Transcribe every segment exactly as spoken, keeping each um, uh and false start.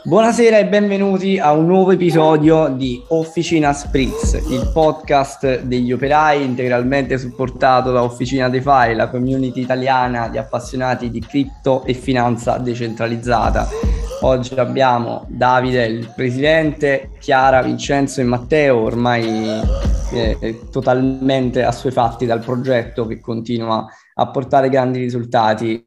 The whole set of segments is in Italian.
Buonasera e benvenuti a un nuovo episodio di Officina Spritz, il podcast degli operai integralmente supportato da Officina DeFi, la community italiana di appassionati di cripto e finanza decentralizzata. Oggi abbiamo Davide, il presidente, Chiara, Vincenzo e Matteo, ormai eh, totalmente assuefatti dal progetto che continua a portare grandi risultati.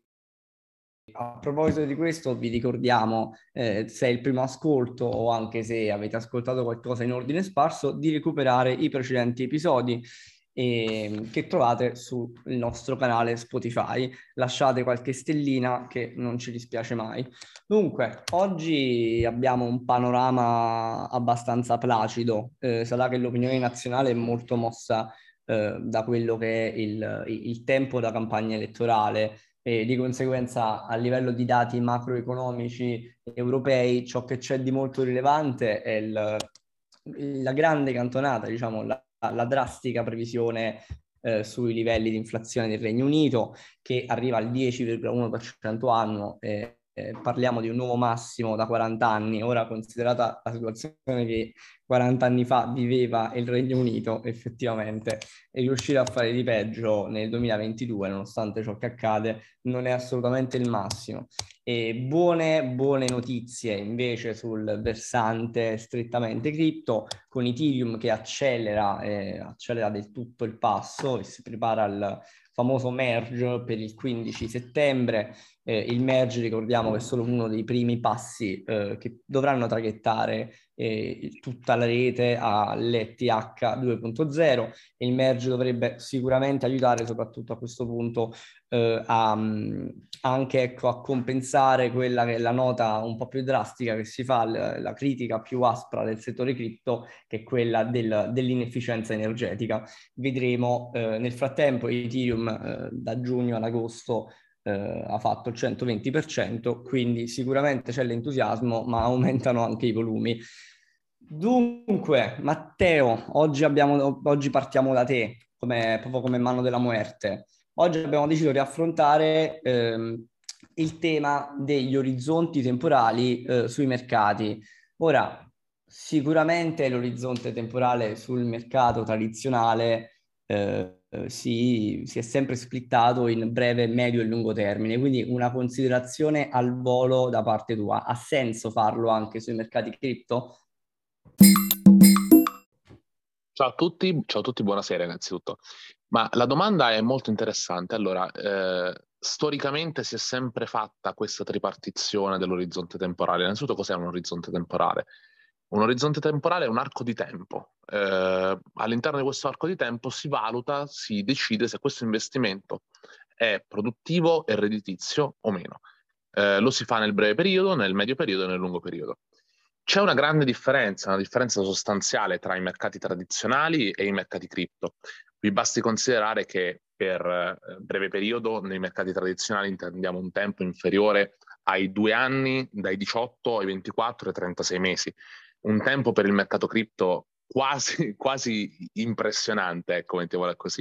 A proposito di questo, vi ricordiamo, eh, se è il primo ascolto o anche se avete ascoltato qualcosa in ordine sparso, di recuperare i precedenti episodi eh, che trovate sul nostro canale Spotify. Lasciate qualche stellina che non ci dispiace mai. Dunque, oggi abbiamo un panorama abbastanza placido. Eh, sarà che l'opinione nazionale è molto mossa eh, da quello che è il, il tempo da campagna elettorale. E di conseguenza a livello di dati macroeconomici europei ciò che c'è di molto rilevante è il, la grande cantonata, diciamo la, la drastica previsione eh, sui livelli di inflazione del Regno Unito che arriva al dieci virgola uno per cento annuo. Eh, eh, parliamo di un nuovo massimo da quaranta anni. Ora, considerata la situazione che quaranta anni fa viveva il Regno Unito, effettivamente e riuscire a fare di peggio nel duemilaventidue, nonostante ciò che accade, non è assolutamente il massimo. E buone, buone notizie invece sul versante strettamente cripto, con Ethereum che accelera, eh, accelera del tutto il passo e si prepara al famoso merge per il quindici settembre. Eh, il merge, ricordiamo, che è solo uno dei primi passi eh, che dovranno traghettare eh, tutta la rete all'E T H due punto zero. Il merge dovrebbe sicuramente aiutare, soprattutto a questo punto, eh, a, anche ecco, a compensare quella che è la nota un po' più drastica che si fa, la, la critica più aspra del settore cripto, che è quella del, dell'inefficienza energetica. Vedremo eh, nel frattempo Ethereum eh, da giugno ad agosto eh, ha fatto il centoventi per cento, quindi sicuramente c'è l'entusiasmo, ma aumentano anche i volumi. Dunque, Matteo, oggi, abbiamo, oggi partiamo da te, come, proprio come mano della muerte. Oggi abbiamo deciso di affrontare ehm, il tema degli orizzonti temporali eh, sui mercati. Ora, sicuramente l'orizzonte temporale sul mercato tradizionale eh, si, si è sempre splittato in breve, medio e lungo termine, quindi una considerazione al volo da parte tua. Ha senso farlo anche sui mercati cripto? Ciao a tutti, ciao a tutti, buonasera innanzitutto. Ma la domanda è molto interessante. Allora, eh, storicamente si è sempre fatta questa tripartizione dell'orizzonte temporale. Innanzitutto, cos'è un orizzonte temporale? Un orizzonte temporale è un arco di tempo. Eh, all'interno di questo arco di tempo si valuta, si decide se questo investimento è produttivo e redditizio o meno. Eh, lo si fa nel breve periodo, nel medio periodo e nel lungo periodo. C'è una grande differenza, una differenza sostanziale tra i mercati tradizionali e i mercati cripto. Vi basti considerare che per eh, breve periodo nei mercati tradizionali intendiamo un tempo inferiore ai due anni, dai diciotto ai ventiquattro ai trentasei mesi. Un tempo per il mercato cripto quasi, quasi impressionante, ecco, mettiamola così.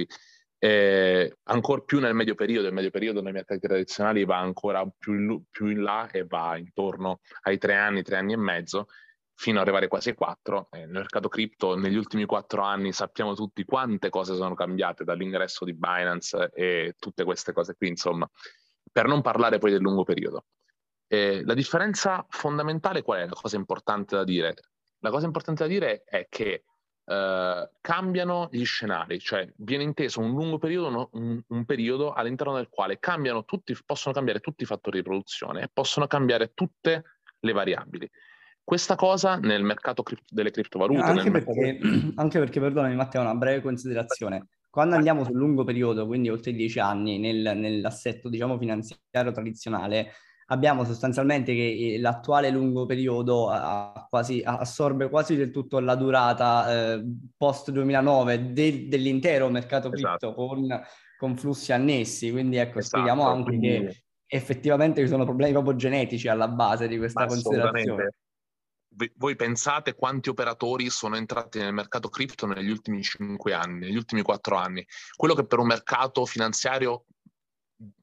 Eh, ancora più nel medio periodo, il medio periodo nei mercati tradizionali va ancora più in, più in là e va intorno ai tre anni, tre anni e mezzo, fino ad arrivare quasi ai quattro. Eh, nel mercato cripto negli ultimi quattro anni sappiamo tutti quante cose sono cambiate dall'ingresso di Binance e tutte queste cose qui, insomma, per non parlare poi del lungo periodo. Eh, la differenza fondamentale qual è? La cosa importante da dire? La cosa importante da dire è che Uh, cambiano gli scenari, cioè viene inteso un lungo periodo, no? un, un periodo all'interno del quale cambiano tutti, possono cambiare tutti i fattori di produzione e possono cambiare tutte le variabili. Questa cosa nel mercato cri- delle criptovalute, nel Anche mercato... perché, anche perché, perdonami Matteo, una breve considerazione. Quando andiamo sul lungo periodo, quindi oltre i dieci anni, nel, nell'assetto diciamo finanziario tradizionale, abbiamo sostanzialmente che eh, l'attuale lungo periodo ha quasi, assorbe quasi del tutto la durata eh, post duemilanove de, dell'intero mercato cripto Esatto, con, con flussi annessi. Quindi ecco, spieghiamo esatto, anche quindi che effettivamente ci sono problemi proprio genetici alla base di ma questa considerazione. assolutamente. V- Voi pensate quanti operatori sono entrati nel mercato cripto negli ultimi cinque anni, negli ultimi quattro anni? Quello che per un mercato finanziario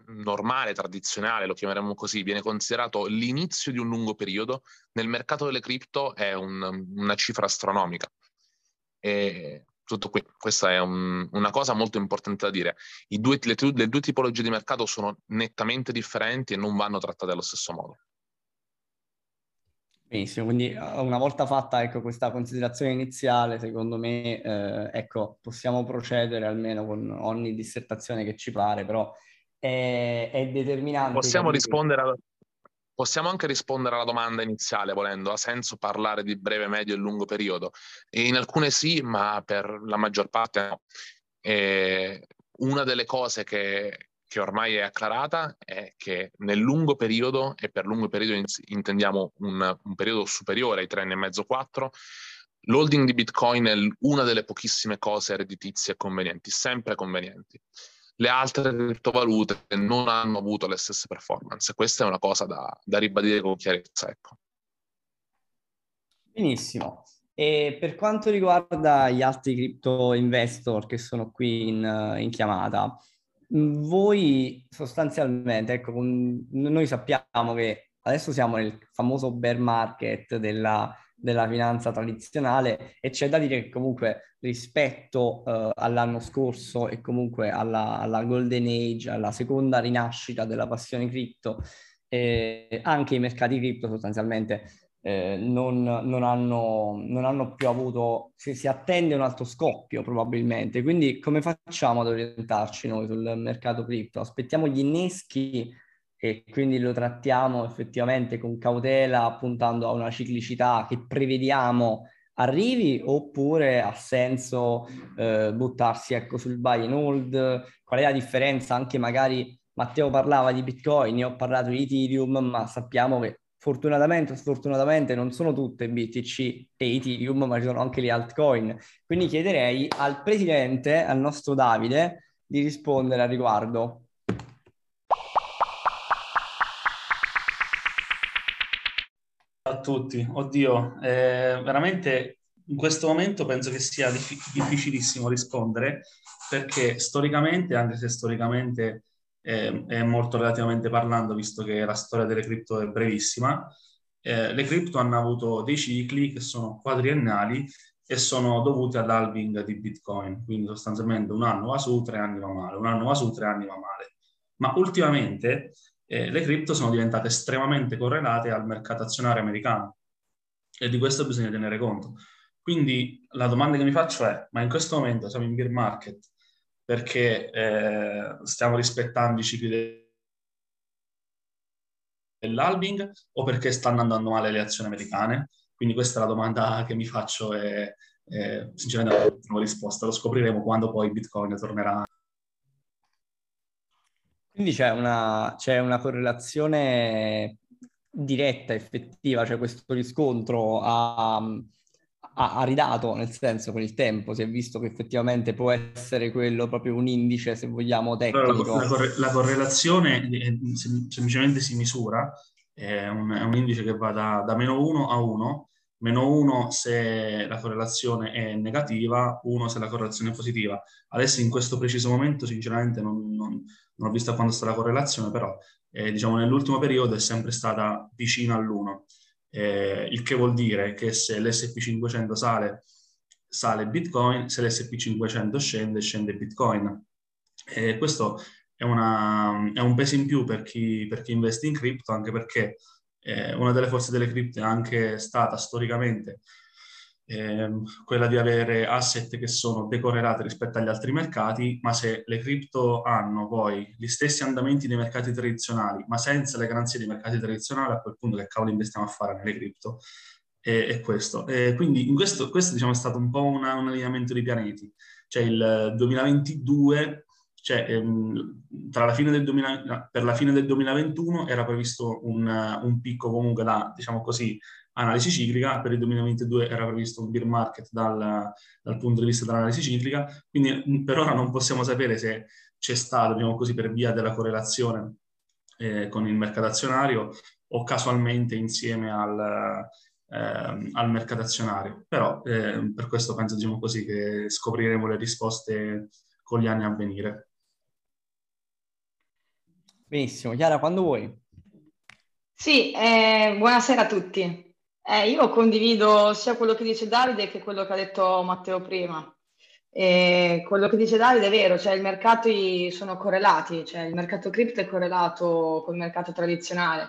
normale, tradizionale, lo chiameremo così, viene considerato l'inizio di un lungo periodo, nel mercato delle cripto è un, una cifra astronomica. E tutto qui, questa è un, una cosa molto importante da dire. I due, le, le due tipologie di mercato sono nettamente differenti e non vanno trattate allo stesso modo. Benissimo, quindi una volta fatta, ecco, questa considerazione iniziale, secondo me, eh, ecco, possiamo procedere almeno con ogni dissertazione che ci pare, però è, è determinante Possiamo capire. rispondere a, possiamo anche rispondere alla domanda iniziale, volendo. Ha senso parlare di breve, medio e lungo periodo? E in alcune sì, ma per la maggior parte no. E una delle cose che, che ormai è acclarata è che nel lungo periodo, e per lungo periodo intendiamo un, un periodo superiore ai tre anni e mezzo, quattro, l'holding di Bitcoin è una delle pochissime cose redditizie e convenienti, sempre convenienti. Le altre criptovalute non hanno avuto le stesse performance. Questa è una cosa da, da ribadire con chiarezza, ecco. Benissimo. E per quanto riguarda gli altri crypto investor che sono qui in, in chiamata, voi sostanzialmente, ecco, con, noi sappiamo che adesso siamo nel famoso bear market della, della finanza tradizionale e c'è da dire che comunque rispetto uh, all'anno scorso e comunque alla, alla golden age, alla seconda rinascita della passione cripto, eh, anche i mercati cripto sostanzialmente eh, non, non, hanno, non hanno più avuto, si, si attende un altro scoppio probabilmente, quindi come facciamo ad orientarci noi sul mercato cripto? Aspettiamo gli inneschi e quindi lo trattiamo effettivamente con cautela, puntando a una ciclicità che prevediamo arrivi, oppure ha senso eh, buttarsi, ecco, sul buy and hold? Qual è la differenza? Anche magari Matteo parlava di Bitcoin, io ho parlato di Ethereum, ma sappiamo che fortunatamente o sfortunatamente non sono tutte B T C e Ethereum, ma ci sono anche le altcoin. Quindi chiederei al presidente, al nostro Davide, di rispondere al riguardo. A tutti, oddio, eh, veramente in questo momento penso che sia dif- difficilissimo rispondere perché storicamente, anche se storicamente eh, è molto relativamente parlando, visto che la storia delle cripto è brevissima, eh, le cripto hanno avuto dei cicli che sono quadriennali e sono dovuti all'halving di Bitcoin, quindi sostanzialmente un anno va su, tre anni va male, un anno va su, tre anni va male. Ma ultimamente eh, le cripto sono diventate estremamente correlate al mercato azionario americano e di questo bisogna tenere conto. Quindi la domanda che mi faccio è, ma in questo momento siamo in bear market perché eh, stiamo rispettando i cicli de- dell'halving o perché stanno andando male le azioni americane? Quindi questa è la domanda che mi faccio e, e sinceramente non ho risposta. Lo scopriremo quando poi Bitcoin tornerà. Quindi c'è una, c'è una correlazione diretta, effettiva, cioè questo riscontro ha, ha, ha ridato, nel senso, con il tempo, si è visto che effettivamente può essere quello proprio un indice, se vogliamo, Allora, la, tecnico. la corre- la correlazione eh, sem- semplicemente si misura, è un, è un indice che va da, da meno uno a uno, meno uno se la correlazione è negativa, uno se la correlazione è positiva. Adesso in questo preciso momento sinceramente non, non- non ho visto quando sta la correlazione, però eh, diciamo nell'ultimo periodo è sempre stata vicina all'uno, eh, il che vuol dire che se l'S and P cinquecento sale, sale Bitcoin, se l'S and P cinquecento scende, scende Bitcoin. E questo è, una, è un peso in più per chi, per chi investe in cripto, anche perché eh, una delle forze delle cripto è anche stata storicamente ehm, quella di avere asset che sono decorrelati rispetto agli altri mercati, ma se le cripto hanno poi gli stessi andamenti dei mercati tradizionali, ma senza le garanzie dei mercati tradizionali, a quel punto che cavolo investiamo a fare nelle cripto? E, e questo. E quindi in questo, questo diciamo, è stato un po' una, un allineamento di pianeti. Cioè il duemilaventidue, cioè, ehm, tra la fine del duemila, per la fine del duemilaventuno era previsto un, un picco comunque da, diciamo così, analisi ciclica, per il duemilaventidue era previsto un bear market dal, dal punto di vista dell'analisi ciclica, quindi per ora non possiamo sapere se c'è stato, diciamo così, per via della correlazione eh, con il mercato azionario o casualmente insieme al, ehm, al mercato azionario. Però eh, per questo penso, diciamo così, che scopriremo le risposte con gli anni a venire. Benissimo, Chiara, quando vuoi. Sì, eh, buonasera a tutti. Eh, io condivido sia quello che dice Davide che quello che ha detto Matteo prima. E quello che dice Davide è vero, cioè i mercati sono correlati, cioè il mercato cripto è correlato col mercato tradizionale.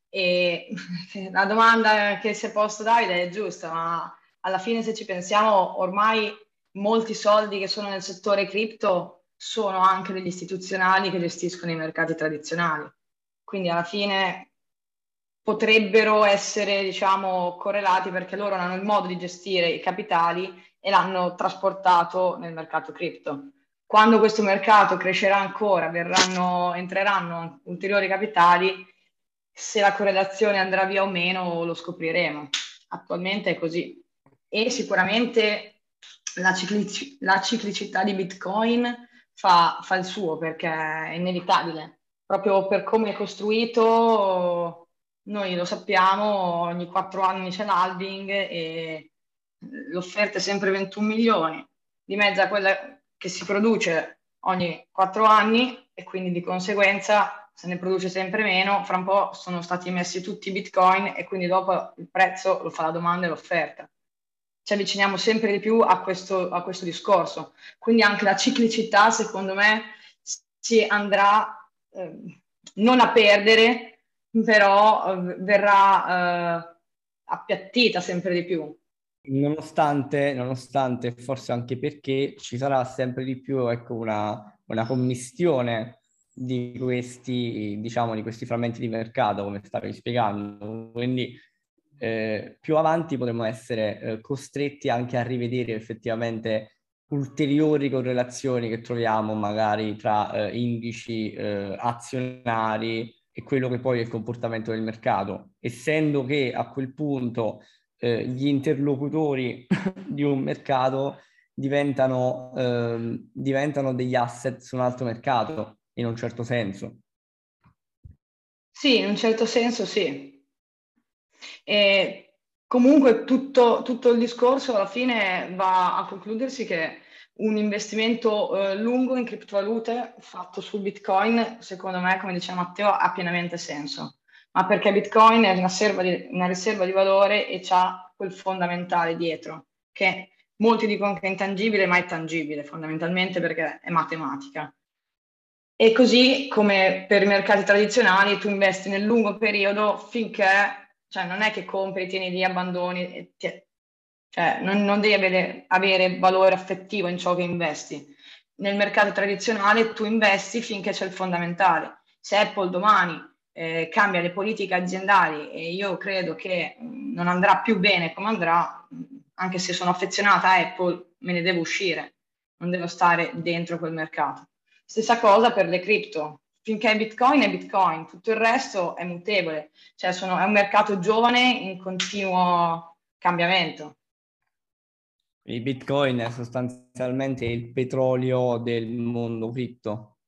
E la domanda che si è posto Davide è giusta, ma alla fine se ci pensiamo, ormai molti soldi che sono nel settore cripto sono anche degli istituzionali che gestiscono i mercati tradizionali. Quindi alla fine potrebbero essere, diciamo, correlati perché loro hanno il modo di gestire i capitali e l'hanno trasportato nel mercato cripto. Quando questo mercato crescerà ancora, verranno, entreranno ulteriori capitali, se la correlazione andrà via o meno lo scopriremo. Attualmente è così. E sicuramente la, ciclici- la ciclicità di Bitcoin fa, fa il suo perché è inevitabile. Proprio per come è costruito, noi lo sappiamo, ogni quattro anni c'è l'halving e l'offerta è sempre ventuno milioni, di mezzo a quella che si produce ogni quattro anni e quindi di conseguenza se ne produce sempre meno, fra un po' sono stati messi tutti i bitcoin e quindi dopo il prezzo lo fa la domanda e l'offerta. Ci avviciniamo sempre di più a questo, a questo discorso. Quindi anche la ciclicità, secondo me, si andrà eh, non a perdere, però eh, verrà eh, appiattita sempre di più. Nonostante, nonostante, forse anche perché ci sarà sempre di più, ecco, una, una commistione di questi, diciamo, di questi frammenti di mercato, come stavi spiegando. Quindi eh, più avanti potremo essere eh, costretti anche a rivedere effettivamente ulteriori correlazioni che troviamo magari tra eh, indici eh, azionari e quello che poi è il comportamento del mercato, essendo che a quel punto eh, gli interlocutori di un mercato diventano, ehm, diventano degli asset su un altro mercato, in un certo senso. Sì, in un certo senso sì. E comunque tutto, tutto il discorso alla fine va a concludersi che un investimento eh, lungo in criptovalute fatto su Bitcoin, secondo me, come diceva Matteo, ha pienamente senso. Ma perché Bitcoin è una riserva di, una riserva di valore e c'ha quel fondamentale dietro, che molti dicono che è intangibile, ma è tangibile fondamentalmente perché è matematica. E così come per i mercati tradizionali, tu investi nel lungo periodo finché, cioè non è che compri, tieni lì, abbandoni, e ti- cioè non, non devi avere, avere valore affettivo in ciò che investi. Nel mercato tradizionale tu investi finché c'è il fondamentale. Se Apple domani eh, cambia le politiche aziendali e io credo che mh, non andrà più bene come andrà, mh, anche se sono affezionata a Apple, me ne devo uscire, non devo stare dentro quel mercato. Stessa cosa per le cripto. Finché Bitcoin è Bitcoin, tutto il resto è mutevole. Cioè sono, è un mercato giovane in continuo cambiamento. Il Bitcoin è sostanzialmente il petrolio del mondo cripto.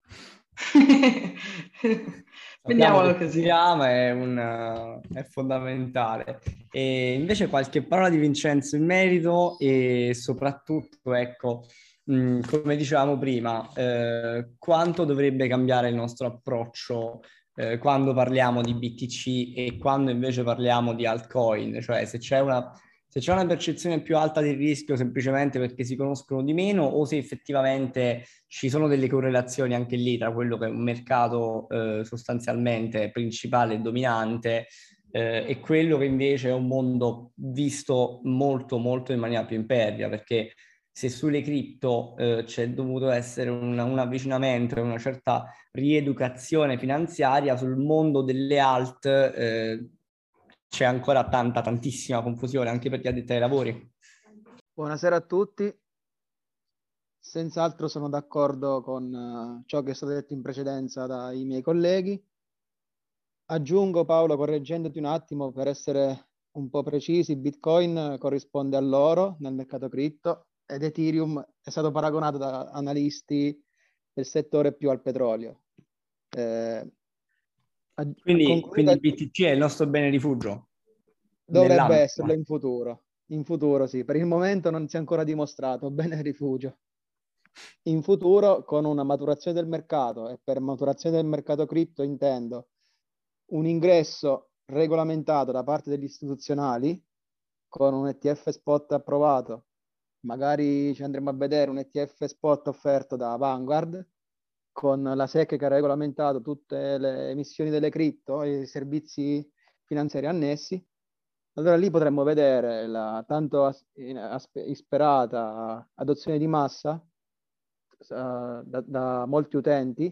Sappiamo Vediamolo che così. sappiamo, è, un, è fondamentale. E invece qualche parola di Vincenzo in merito e soprattutto, ecco, mh, come dicevamo prima, eh, quanto dovrebbe cambiare il nostro approccio eh, quando parliamo di B T C e quando invece parliamo di altcoin, cioè se c'è una se c'è una percezione più alta del rischio semplicemente perché si conoscono di meno o se effettivamente ci sono delle correlazioni anche lì tra quello che è un mercato eh, sostanzialmente principale e dominante eh, e quello che invece è un mondo visto molto molto in maniera più impervia, perché se sulle cripto eh, c'è dovuto essere un, un avvicinamento e una certa rieducazione finanziaria, sul mondo delle alt eh, c'è ancora tanta, tantissima confusione anche per gli addetti ai lavori. Buonasera a tutti. Senz'altro sono d'accordo con uh, ciò che è stato detto in precedenza dai miei colleghi. Aggiungo, Paolo, correggendoti un attimo per essere un po' precisi, Bitcoin corrisponde all'oro nel mercato cripto ed Ethereum è stato paragonato da analisti del settore più al petrolio. Eh, quindi, quindi il B T C è il nostro bene rifugio? Dovrebbe esserlo in futuro. In futuro sì, per il momento non si è ancora dimostrato bene rifugio. in futuro con una maturazione del mercato, e per maturazione del mercato cripto intendo un ingresso regolamentato da parte degli istituzionali con un E T F spot approvato, magari ci andremo a vedere un E T F spot offerto da Vanguard con la S E C che ha regolamentato tutte le emissioni delle cripto e i servizi finanziari annessi. Allora lì potremmo vedere la tanto as- aspe- isperata adozione di massa uh, da, da molti utenti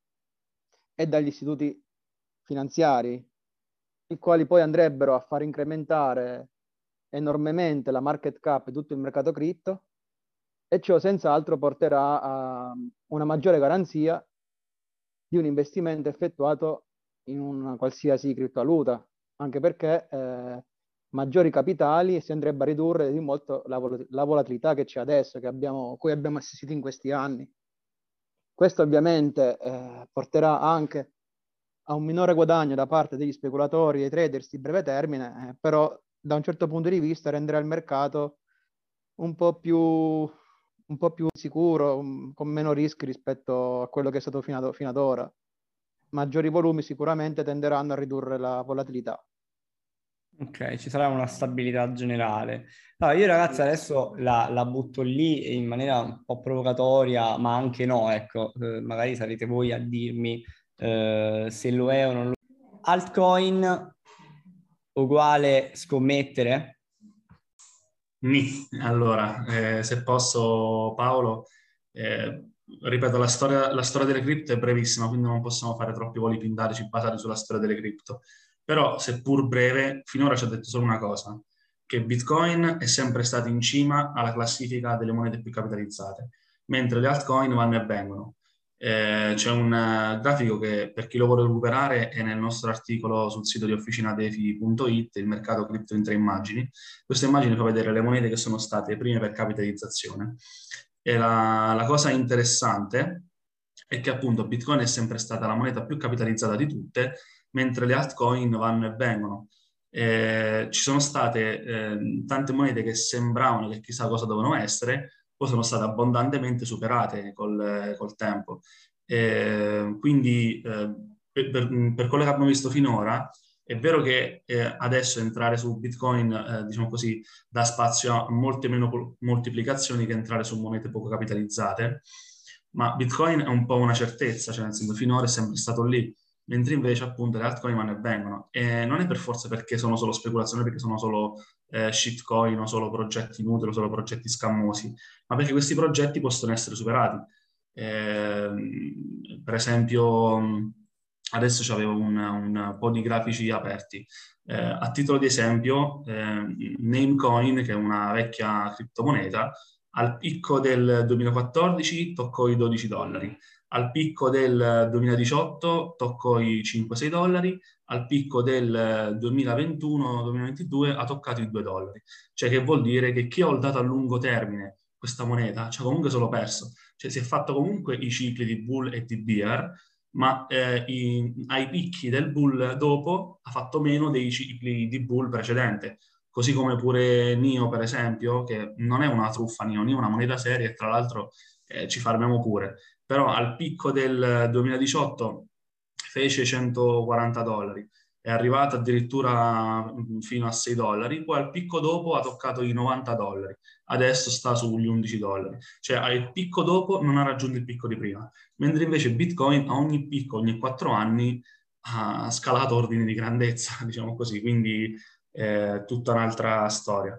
e dagli istituti finanziari, i quali poi andrebbero a far incrementare enormemente la market cap e tutto il mercato cripto, e ciò senz'altro porterà a una maggiore garanzia di un investimento effettuato in una qualsiasi criptovaluta, anche perché eh, maggiori capitali si andrebbe a ridurre di molto la, vol- la volatilità che c'è adesso, che abbiamo, cui abbiamo assistito in questi anni. Questo ovviamente eh, porterà anche a un minore guadagno da parte degli speculatori e traders di breve termine, eh, però da un certo punto di vista renderà il mercato un po' più, un po' più sicuro, um, con meno rischi rispetto a quello che è stato fino ad, fino ad ora. Maggiori volumi sicuramente tenderanno a ridurre la volatilità. Ok, ci sarà una stabilità generale. Allora, io ragazzi adesso la, la butto lì in maniera un po' provocatoria, ma anche no, ecco, eh, magari sarete voi a dirmi eh, se lo è o non lo è. Altcoin uguale scommettere? Nì. Allora, eh, se posso, Paolo, eh, ripeto, la storia, la storia delle cripto è brevissima, quindi non possiamo fare troppi voli pindarici basati sulla storia delle cripto. Però, seppur breve, finora ci ha detto solo una cosa, che Bitcoin è sempre stato in cima alla classifica delle monete più capitalizzate, mentre le altcoin vanno e vengono. Eh, c'è un uh, grafico che per chi lo vuole recuperare è nel nostro articolo sul sito di officinadefi punto it, il mercato cripto in tre immagini. Questa immagine fa vedere le monete che sono state prime per capitalizzazione. E la, la cosa interessante è che appunto Bitcoin è sempre stata la moneta più capitalizzata di tutte, mentre le altcoin vanno e vengono. Eh, ci sono state eh, tante monete che sembravano che chissà cosa dovevano essere, poi sono state abbondantemente superate col, col tempo. Eh, quindi eh, per, per quello che abbiamo visto finora, è vero che eh, adesso entrare su Bitcoin, eh, diciamo così, dà spazio a molte meno moltiplicazioni che entrare su monete poco capitalizzate, ma Bitcoin è un po' una certezza, cioè nel senso finora è sempre stato lì, mentre invece appunto le altcoin vanno e vengono. E non è per forza perché sono solo speculazioni, perché sono solo eh, shitcoin o solo progetti inutili o solo progetti scammosi, ma perché questi progetti possono essere superati. Eh, per esempio, adesso c'avevo un, un po' di grafici aperti. Eh, a titolo di esempio, eh, Namecoin, che è una vecchia criptomoneta, al picco del duemilaquattordici toccò i dodici dollari, al picco del duemiladiciotto toccò i cinque sei dollari, al picco del duemilaventuno duemilaventidue ha toccato i due dollari. Cioè che vuol dire che chi ha holdato a lungo termine questa moneta ci ha comunque solo perso. Cioè si è fatto comunque i cicli di bull e di bear, ma eh, i, ai picchi del bull dopo ha fatto meno dei cicli di bull precedente. Così come pure Nio, per esempio, che non è una truffa Nio, Nio è una moneta seria e tra l'altro eh, ci farmiamo pure. Però al picco del duemiladiciotto fece centoquaranta dollari, è arrivato addirittura fino a sei dollari, poi al picco dopo ha toccato i novanta dollari, adesso sta sugli undici dollari. Cioè al picco dopo non ha raggiunto il picco di prima, mentre invece Bitcoin a ogni picco, ogni quattro anni, ha scalato ordini di grandezza, diciamo così, quindi eh, tutta un'altra storia.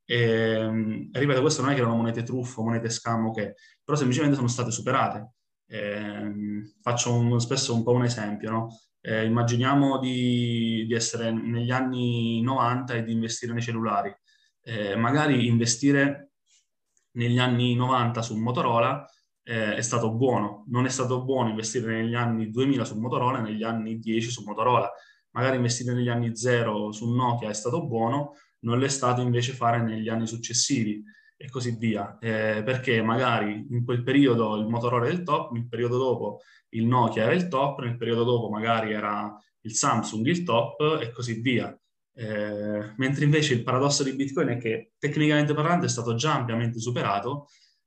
E, ripeto, questo non è che erano monete truffo, monete scammo, che però semplicemente sono state superate. Eh, faccio un, spesso un po' un esempio, no? Eh, immaginiamo di, di essere negli anni novanta e di investire nei cellulari. Eh, magari investire negli anni novanta su Motorola eh, è stato buono, non è stato buono investire negli anni duemila su Motorola e negli anni dieci su Motorola. Magari investire negli anni zero su Nokia è stato buono, non l'è stato invece fare negli anni successivi e così via, eh, perché magari in quel periodo il Motorola era il top, nel periodo dopo il Nokia era il top, nel periodo dopo magari era il Samsung il top e così via. Eh, mentre invece il paradosso di Bitcoin è che tecnicamente parlando è stato già ampiamente superato,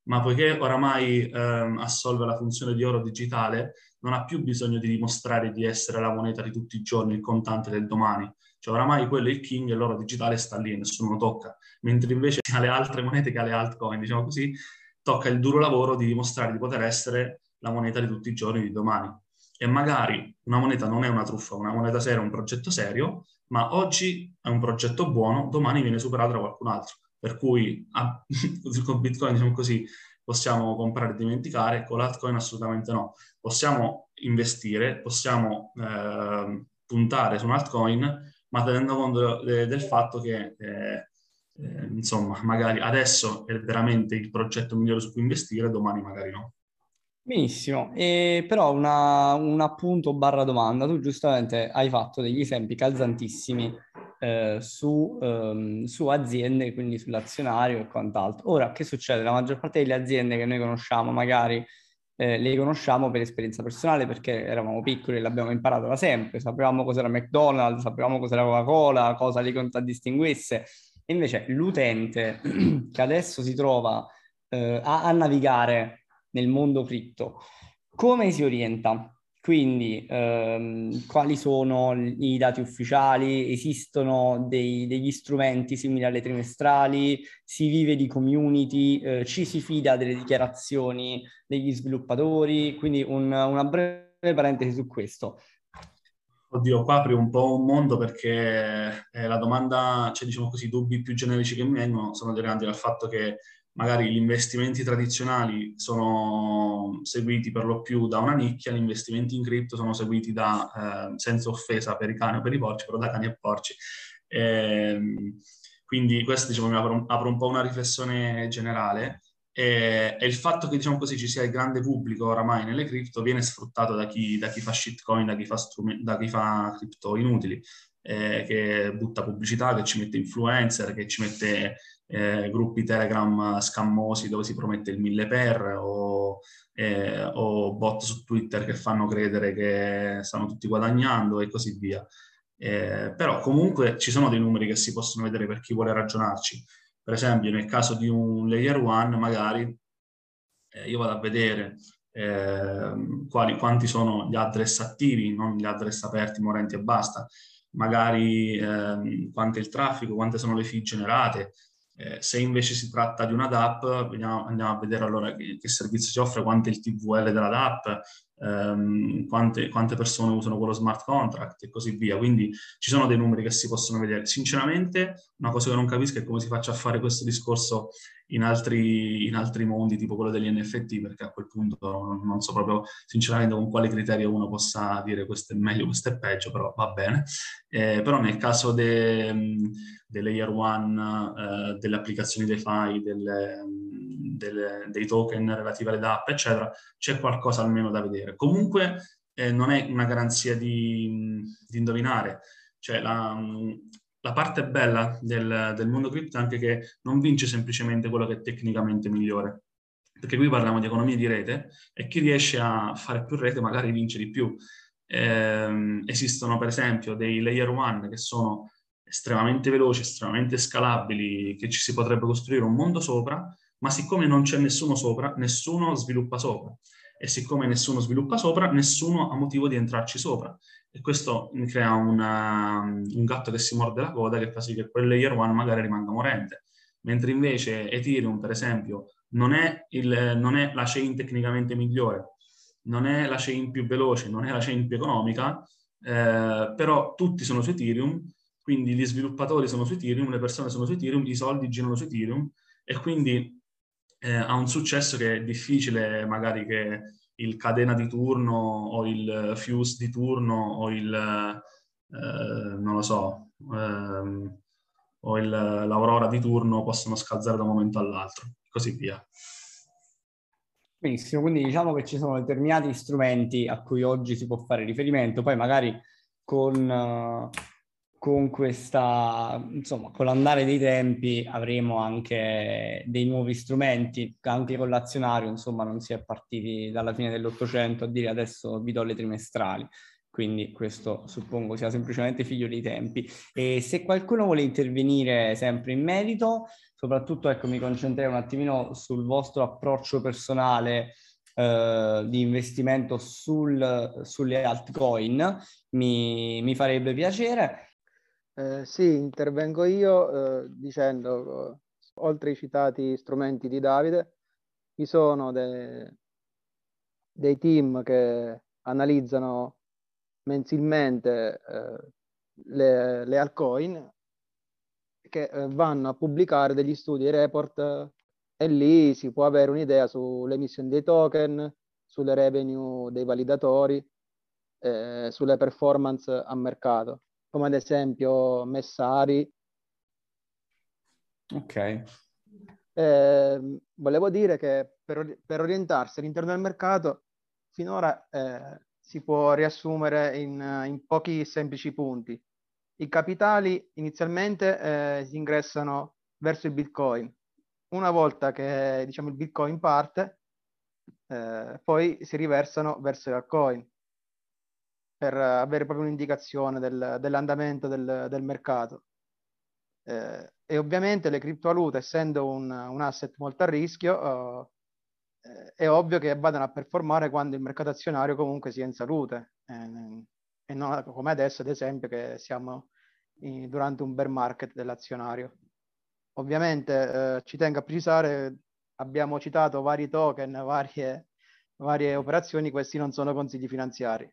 ma poiché oramai ehm, assolve la funzione di oro digitale, non ha più bisogno di dimostrare di essere la moneta di tutti i giorni, il contante del domani. Cioè oramai quello è il king e l'oro digitale sta lì, nessuno lo tocca. Mentre invece alle altre monete che alle altcoin, diciamo così, tocca il duro lavoro di dimostrare di poter essere la moneta di tutti i giorni di domani. E magari una moneta non è una truffa, una moneta seria è un progetto serio, ma oggi è un progetto buono, domani viene superato da qualcun altro. Per cui ah, con Bitcoin, diciamo così, possiamo comprare e dimenticare, con l'altcoin assolutamente no. Possiamo investire, possiamo eh, puntare su un altcoin, ma tenendo conto de- del fatto che eh, eh, insomma, magari adesso è veramente il progetto migliore su cui investire, domani magari no. Benissimo, e però una, un appunto barra domanda, tu giustamente hai fatto degli esempi calzantissimi eh, su, ehm, su aziende, quindi sull'azionario e quant'altro. Ora, che succede? La maggior parte delle aziende che noi conosciamo magari eh, le conosciamo per esperienza personale perché eravamo piccoli e l'abbiamo imparato da sempre, sapevamo cos'era McDonald's, sapevamo cos'era Coca-Cola, cosa li contraddistinguesse. E invece l'utente che adesso si trova eh, a, a navigare nel mondo cripto, come si orienta? Quindi ehm, quali sono i dati ufficiali? Esistono dei, degli strumenti simili alle trimestrali? Si vive di community? Eh, ci si fida delle dichiarazioni degli sviluppatori? Quindi un, una breve parentesi su questo. Oddio, qua apri un po' un mondo perché eh, la domanda, cioè diciamo così, i dubbi più generici che mi vengono sono derivanti dal fatto che magari gli investimenti tradizionali sono seguiti per lo più da una nicchia, gli investimenti in cripto sono seguiti da, eh, senza offesa per i cani o per i porci, però da cani e porci. Ehm, quindi questo diciamo mi apre, apre un po' una riflessione generale. E, e il fatto che, diciamo così, ci sia il grande pubblico oramai nelle cripto viene sfruttato da chi, da chi fa shitcoin, da chi fa, strume- da chi fa cripto inutili, eh, che butta pubblicità, che ci mette influencer, che ci mette eh, gruppi Telegram scammosi dove si promette il mille per o, eh, o bot su Twitter che fanno credere che stanno tutti guadagnando e così via. Eh, però comunque ci sono dei numeri che si possono vedere per chi vuole ragionarci. Per esempio, nel caso di un layer one, magari eh, io vado a vedere eh, quali, quanti sono gli address attivi, non gli address aperti, morenti e basta, magari eh, quanto è il traffico, quante sono le fee generate. Eh, se invece si tratta di una DApp, vediamo, andiamo a vedere allora che, che servizio si offre, quanto è il T V L della DApp, ehm, quante, quante persone usano quello smart contract e così via. Quindi ci sono dei numeri che si possono vedere. Sinceramente, una cosa che non capisco è come si faccia a fare questo discorso in altri, in altri mondi, tipo quello degli N F T, perché a quel punto non, non so proprio sinceramente con quale criterio uno possa dire questo è meglio, questo è peggio, però va bene. Eh, però nel caso de, dei layer one, eh, delle applicazioni DeFi, delle, delle, dei token relativi alle DApp, eccetera, c'è qualcosa almeno da vedere. Comunque eh, non è una garanzia di, di indovinare. Cioè la, la parte bella del, del mondo cripto è anche che non vince semplicemente quello che è tecnicamente migliore, perché qui parliamo di economia di rete e chi riesce a fare più rete magari vince di più. Eh, esistono per esempio dei layer one che sono estremamente veloci, estremamente scalabili, che ci si potrebbe costruire un mondo sopra, ma siccome non c'è nessuno sopra, nessuno sviluppa sopra. E siccome nessuno sviluppa sopra, nessuno ha motivo di entrarci sopra. E questo crea una, un gatto che si morde la coda che fa sì che quel layer one magari rimanga morente. Mentre invece Ethereum, per esempio, non è, il, non è la chain tecnicamente migliore, non è la chain più veloce, non è la chain più economica, eh, però tutti sono su Ethereum, quindi gli sviluppatori sono su Ethereum, le persone sono su Ethereum, i soldi girano su Ethereum e quindi eh, ha un successo che è difficile magari che il catena di turno o il fuse di turno o il, eh, non lo so, ehm, o il, l'aurora di turno possono scalzare da un momento all'altro, e così via. Benissimo, quindi diciamo che ci sono determinati strumenti a cui oggi si può fare riferimento, poi magari con, uh, con questa, insomma, con l'andare dei tempi avremo anche dei nuovi strumenti, anche con l'azionario, insomma, non si è partiti dalla fine dell'Ottocento a dire adesso vi do le trimestrali. quindi questo suppongo sia semplicemente figlio dei tempi. E se qualcuno vuole intervenire sempre in merito, soprattutto ecco mi concentrerei un attimino sul vostro approccio personale eh, di investimento sul, sulle altcoin, mi, mi farebbe piacere. Eh, sì, intervengo io eh, dicendo, eh, oltre ai citati strumenti di Davide, ci sono de- dei team che analizzano mensilmente eh, le, le altcoin, che eh, vanno a pubblicare degli studi e report eh, e lì si può avere un'idea sulle emissioni dei token, sulle revenue dei validatori, eh, sulle performance a mercato, come ad esempio Messari. Ok. Eh, volevo dire che per, per orientarsi all'interno del mercato finora eh, si può riassumere in, in pochi semplici punti. I capitali inizialmente eh, si ingressano verso il Bitcoin. Una volta che diciamo, il Bitcoin parte, eh, poi si riversano verso le altcoin per avere proprio un'indicazione del, dell'andamento del, del mercato. Eh, e ovviamente le criptovalute, essendo un, un asset molto a rischio, eh, è ovvio che vadano a performare quando il mercato azionario comunque sia in salute, eh, e non come adesso, ad esempio, che siamo in, durante un bear market dell'azionario. Ovviamente eh, ci tengo a precisare, abbiamo citato vari token, varie, varie operazioni, questi non sono consigli finanziari.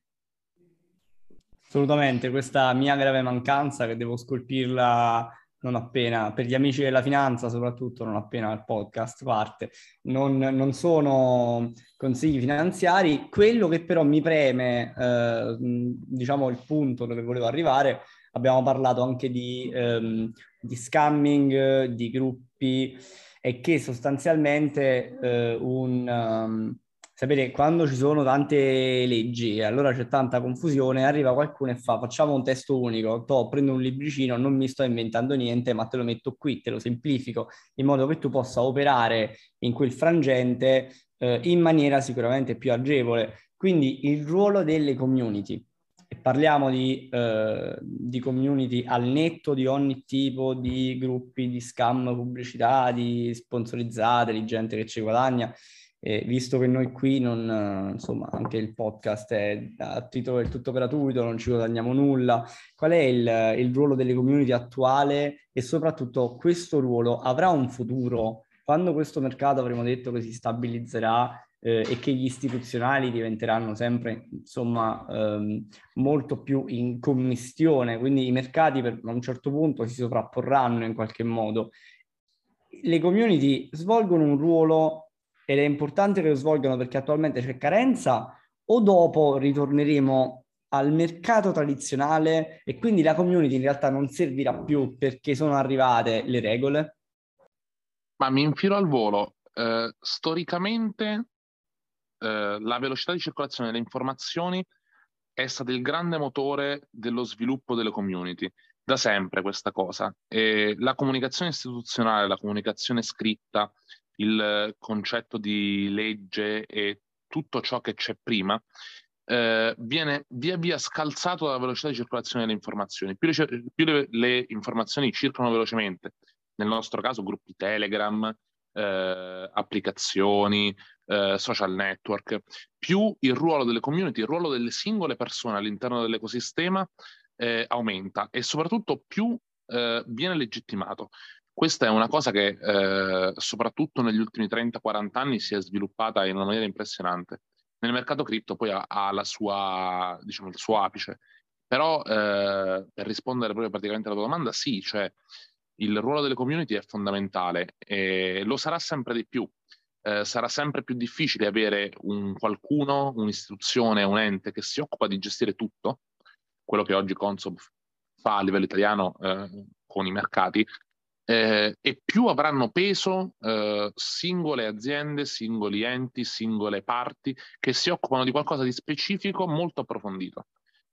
Assolutamente, questa mia grave mancanza che devo scolpirla non appena, per gli amici della finanza soprattutto, non appena il podcast parte. Non, non sono consigli finanziari. Quello che però mi preme, eh, diciamo il punto dove volevo arrivare, abbiamo parlato anche di, ehm, di scamming, di gruppi, e che sostanzialmente eh, un... Um, sapere quando ci sono tante leggi e allora c'è tanta confusione, arriva qualcuno e fa facciamo un testo unico, to, prendo un libricino, non mi sto inventando niente, ma te lo metto qui, te lo semplifico in modo che tu possa operare in quel frangente eh, in maniera sicuramente più agevole. Quindi il ruolo delle community, e parliamo di, eh, di community al netto di ogni tipo di gruppi di scam, pubblicità, di sponsorizzate, di gente che ci guadagna. E visto che noi qui non, insomma, anche il podcast è a titolo del tutto gratuito, non ci guadagniamo nulla, qual è il, il ruolo delle community attuale e soprattutto questo ruolo avrà un futuro? Quando questo mercato avremo detto che si stabilizzerà eh, e che gli istituzionali diventeranno sempre, insomma, ehm, molto più in commistione, quindi i mercati per, a un certo punto si sovrapporranno in qualche modo. Le community svolgono un ruolo ed è importante che lo svolgano perché attualmente c'è carenza, o dopo ritorneremo al mercato tradizionale e quindi la community in realtà non servirà più perché sono arrivate le regole? Ma mi infilo al volo. Eh, storicamente eh, la velocità di circolazione delle informazioni è stato il grande motore dello sviluppo delle community. Da sempre questa cosa. E la comunicazione istituzionale, la comunicazione scritta, il concetto di legge e tutto ciò che c'è prima, eh, viene via via scalzato dalla velocità di circolazione delle informazioni. Più le, più le, le informazioni circolano velocemente, nel nostro caso gruppi Telegram, eh, applicazioni, eh, social network, più il ruolo delle community, il ruolo delle singole persone all'interno dell'ecosistema eh, aumenta e soprattutto più eh, viene legittimato. Questa è una cosa che eh, soprattutto negli ultimi trenta quaranta anni si è sviluppata in una maniera impressionante. Nel mercato cripto poi ha, ha la sua, diciamo, il suo apice. Però eh, per rispondere proprio praticamente alla tua domanda, sì, cioè il ruolo delle community è fondamentale e lo sarà sempre di più. Eh, sarà sempre più difficile avere un qualcuno, un'istituzione, un ente che si occupa di gestire tutto, quello che oggi Consob fa a livello italiano eh, con i mercati, eh, e più avranno peso eh, singole aziende, singoli enti, singole parti che si occupano di qualcosa di specifico molto approfondito.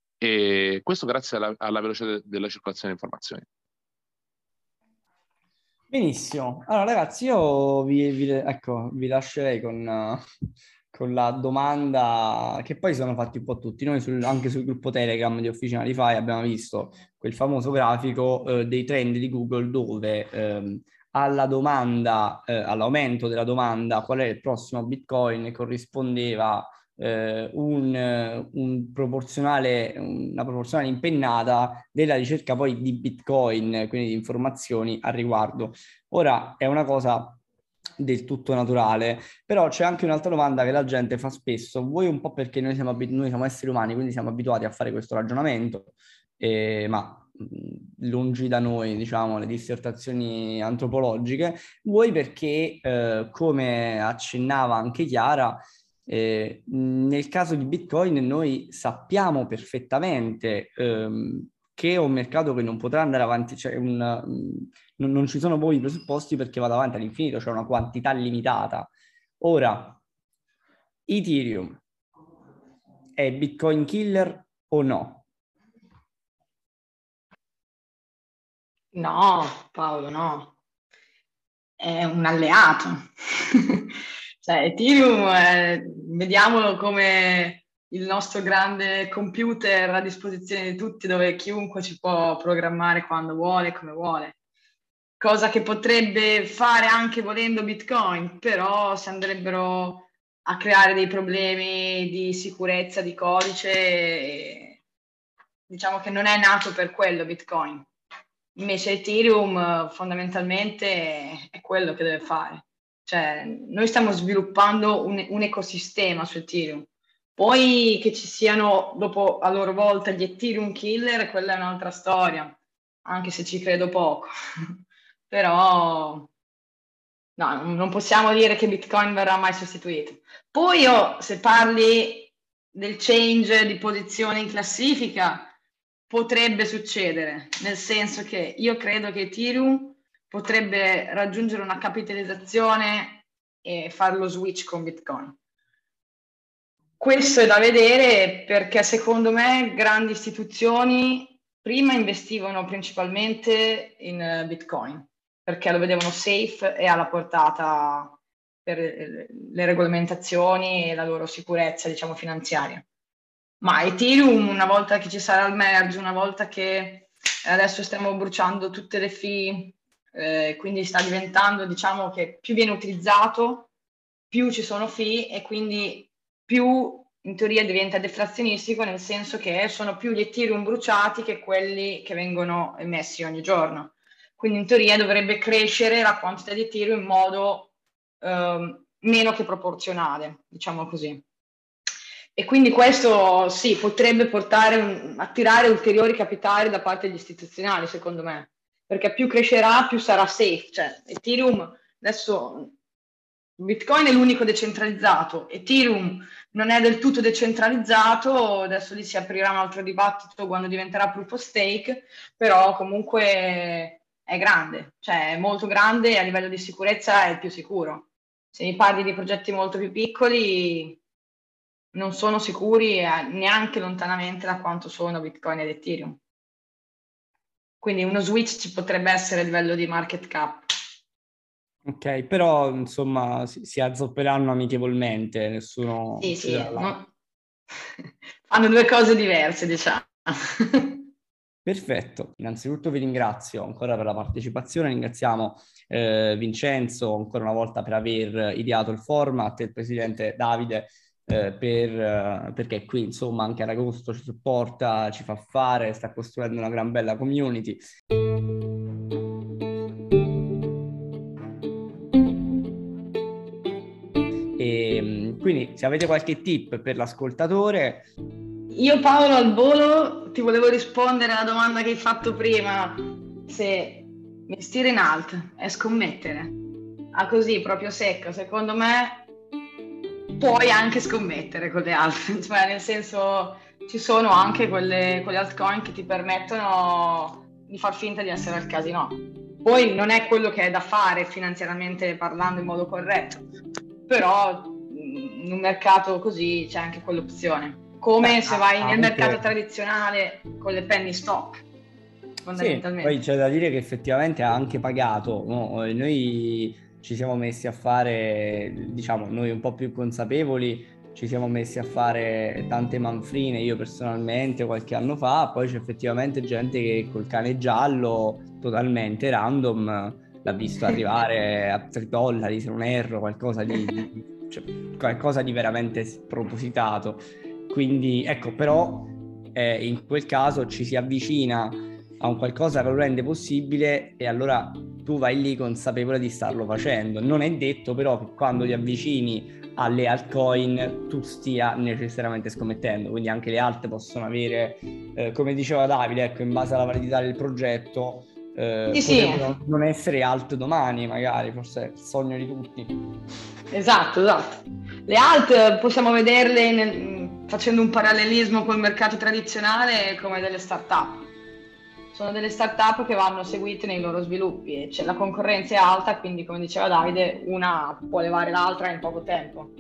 E questo grazie alla, alla velocità de- della circolazione di informazioni. Benissimo, allora ragazzi io vi, vi- ecco, vi lascerei con, uh, con la domanda che poi sono fatti un po' tutti. Noi sul, anche sul gruppo Telegram di Officina DeFi abbiamo visto quel famoso grafico eh, dei trend di Google dove ehm, alla domanda, eh, all'aumento della domanda qual è il prossimo Bitcoin corrispondeva eh, un, un proporzionale, una proporzionale impennata della ricerca poi di Bitcoin, quindi di informazioni al riguardo. Ora è una cosa del tutto naturale, però c'è anche un'altra domanda che la gente fa spesso, voi un po' perché noi siamo, abitu- noi siamo esseri umani, quindi siamo abituati a fare questo ragionamento, eh, ma mh, lungi da noi, diciamo, le dissertazioni antropologiche, voi perché, eh, come accennava anche Chiara, eh, nel caso di Bitcoin noi sappiamo perfettamente ehm, che è un mercato che non potrà andare avanti, cioè un, non, non ci sono poi i presupposti perché vada avanti all'infinito, c'è cioè una quantità limitata. Ora, Ethereum è Bitcoin killer o no? No, Paolo, no. È un alleato. Cioè, Ethereum, eh, vediamolo come il nostro grande computer a disposizione di tutti, dove chiunque ci può programmare quando vuole, come vuole. Cosa che potrebbe fare anche volendo Bitcoin, però si andrebbero a creare dei problemi di sicurezza di codice. E diciamo che non è nato per quello Bitcoin. Invece Ethereum fondamentalmente è quello che deve fare. Cioè, noi stiamo sviluppando un, un ecosistema su Ethereum. Poi che ci siano dopo a loro volta gli Ethereum killer, quella è un'altra storia, anche se ci credo poco. Però no, non possiamo dire che Bitcoin verrà mai sostituito. Poi io, se parli del change di posizione in classifica, potrebbe succedere, nel senso che io credo che Ethereum potrebbe raggiungere una capitalizzazione e fare lo switch con Bitcoin. Questo è da vedere perché secondo me grandi istituzioni prima investivano principalmente in Bitcoin perché lo vedevano safe e alla portata per le regolamentazioni e la loro sicurezza, diciamo, finanziaria. Ma Ethereum, una volta che ci sarà il merge, una volta che adesso stiamo bruciando tutte le fee, eh, quindi sta diventando, diciamo, che più viene utilizzato, più ci sono fee e quindi più in teoria diventa deflazionistico, nel senso che sono più gli Ethereum bruciati che quelli che vengono emessi ogni giorno. Quindi in teoria dovrebbe crescere la quantità di Ethereum in modo eh, meno che proporzionale, diciamo così. E quindi questo sì, potrebbe portare un, attirare ulteriori capitali da parte degli istituzionali, secondo me, perché più crescerà, più sarà safe. Cioè, Ethereum, adesso Bitcoin è l'unico decentralizzato, Ethereum non è del tutto decentralizzato, adesso lì si aprirà un altro dibattito quando diventerà proof of stake, però comunque è grande, cioè è molto grande e a livello di sicurezza è il più sicuro. Se mi parli di progetti molto più piccoli, non sono sicuri eh, neanche lontanamente da quanto sono Bitcoin ed Ethereum. Quindi uno switch ci potrebbe essere a livello di market cap. Ok, però insomma si, si azzopperanno amichevolmente, nessuno... Sì, sì, no. Fanno due cose diverse, diciamo. Perfetto, innanzitutto vi ringrazio ancora per la partecipazione, ringraziamo eh, Vincenzo ancora una volta per aver ideato il format e il presidente Davide eh, per, eh, perché qui insomma anche ad agosto ci supporta, ci fa fare, sta costruendo una gran bella community. E quindi se avete qualche tip per l'ascoltatore... Io Paolo al volo ti volevo rispondere alla domanda che hai fatto prima, se investire in alt è scommettere, ah così proprio secco, secondo me puoi anche scommettere con le alt, cioè nel senso ci sono anche quelle, quelle altcoin che ti permettono di far finta di essere al casino, poi non è quello che è da fare finanziariamente parlando in modo corretto, però in un mercato così c'è anche quell'opzione. Come Beh, se vai anche... nel mercato tradizionale con le penny stock, fondamentalmente. Sì, poi c'è da dire che effettivamente ha anche pagato. No? Noi ci siamo messi a fare, diciamo, noi un po' più consapevoli, ci siamo messi a fare tante manfrine, io personalmente qualche anno fa, poi c'è effettivamente gente che col cane giallo, totalmente random, l'ha visto arrivare a tre dollari, se non erro, qualcosa di, di, cioè, qualcosa di veramente spropositato. Quindi ecco, però eh, in quel caso ci si avvicina a un qualcosa che lo rende possibile e allora tu vai lì consapevole di starlo facendo. Non è detto però che quando ti avvicini alle altcoin tu stia necessariamente scommettendo, quindi anche le alt possono avere, eh, come diceva Davide, ecco, in base alla validità del progetto, eh, sì, potrebbero sì. non essere alt domani, magari, forse è il sogno di tutti. Esatto, esatto. Le alt possiamo vederle nel, facendo un parallelismo col mercato tradizionale come delle start-up. Sono delle start-up che vanno seguite nei loro sviluppi, cioè, la concorrenza è alta, quindi come diceva Davide, una può levare l'altra in poco tempo.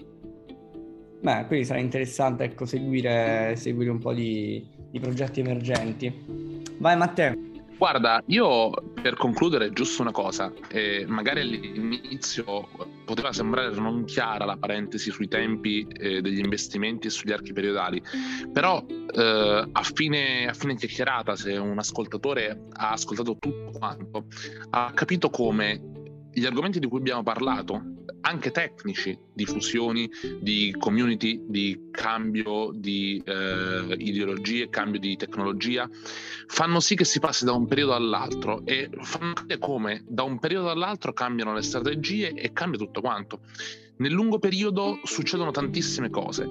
Beh, quindi sarà interessante, ecco, seguire, seguire un po' di, di progetti emergenti. Vai Matteo. Guarda, io per concludere giusto una cosa, eh, magari all'inizio poteva sembrare non chiara la parentesi sui tempi eh, degli investimenti e sugli archi periodali, però eh, a fine, a fine chiacchierata, se un ascoltatore ha ascoltato tutto quanto, ha capito come gli argomenti di cui abbiamo parlato, anche tecnici, di fusioni, di community, di cambio di eh, ideologie, cambio di tecnologia, fanno sì che si passi da un periodo all'altro e fanno capire come da un periodo all'altro cambiano le strategie e cambia tutto quanto. Nel lungo periodo succedono tantissime cose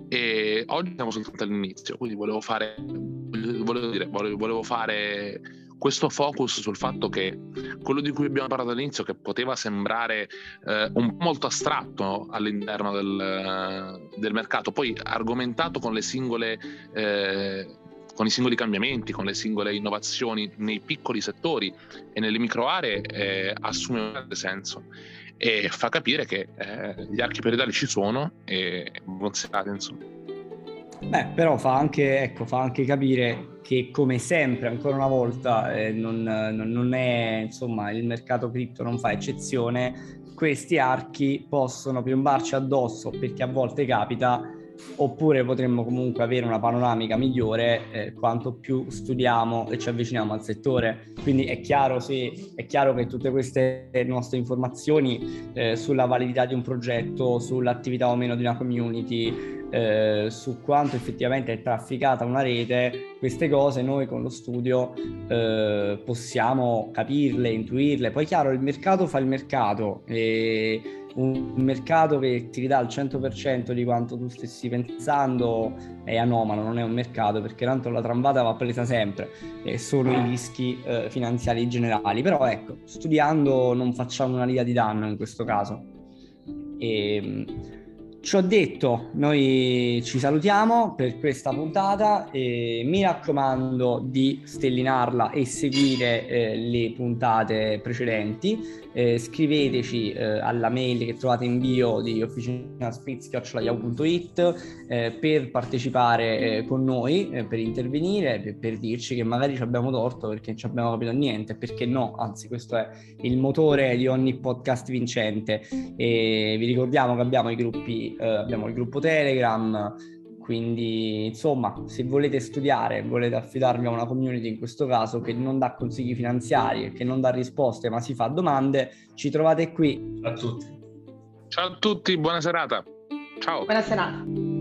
e oggi siamo soltanto all'inizio, quindi volevo fare, volevo dire, volevo, volevo fare questo focus sul fatto che quello di cui abbiamo parlato all'inizio, che poteva sembrare eh, un po' molto astratto all'interno del, del mercato, poi argomentato con le singole eh, con i singoli cambiamenti, con le singole innovazioni nei piccoli settori e nelle micro aree, eh, assume un grande senso e fa capire che eh, gli archi periodali ci sono e considerate, insomma. Beh, però fa anche, ecco, fa anche capire che, come sempre, ancora una volta, eh, non, non, non è, insomma, il mercato cripto non fa eccezione, questi archi possono piombarci addosso perché a volte capita, oppure potremmo comunque avere una panoramica migliore eh, quanto più studiamo e ci avviciniamo al settore. Quindi è chiaro, sì, è chiaro che tutte queste nostre informazioni eh, sulla validità di un progetto, sull'attività o meno di una community, Eh, su quanto effettivamente è trafficata una rete, queste cose noi con lo studio eh, possiamo capirle, intuirle. Poi chiaro, il mercato fa il mercato e un mercato che ti ridà il cento per cento di quanto tu stessi pensando è anomalo, non è un mercato, perché tanto la tramvata va presa sempre e sono i rischi eh, finanziari generali. Però ecco, studiando non facciamo una riga di danno in questo caso. E ci ho detto, noi ci salutiamo per questa puntata e mi raccomando di stellinarla e seguire eh, le puntate precedenti. Eh, scriveteci eh, alla mail che trovate in bio di officinaspritz chiocciola yahoo punto it eh, per partecipare eh, con noi, eh, per intervenire, per, per dirci che magari ci abbiamo torto perché non ci abbiamo capito niente, perché no, anzi questo è il motore di ogni podcast vincente. E vi ricordiamo che abbiamo i gruppi, eh, abbiamo il gruppo Telegram, quindi insomma, se volete studiare, volete affidarvi a una community in questo caso che non dà consigli finanziari e che non dà risposte ma si fa domande, ci trovate qui. Ciao a tutti. Ciao a tutti, buona serata. Ciao. Buona serata.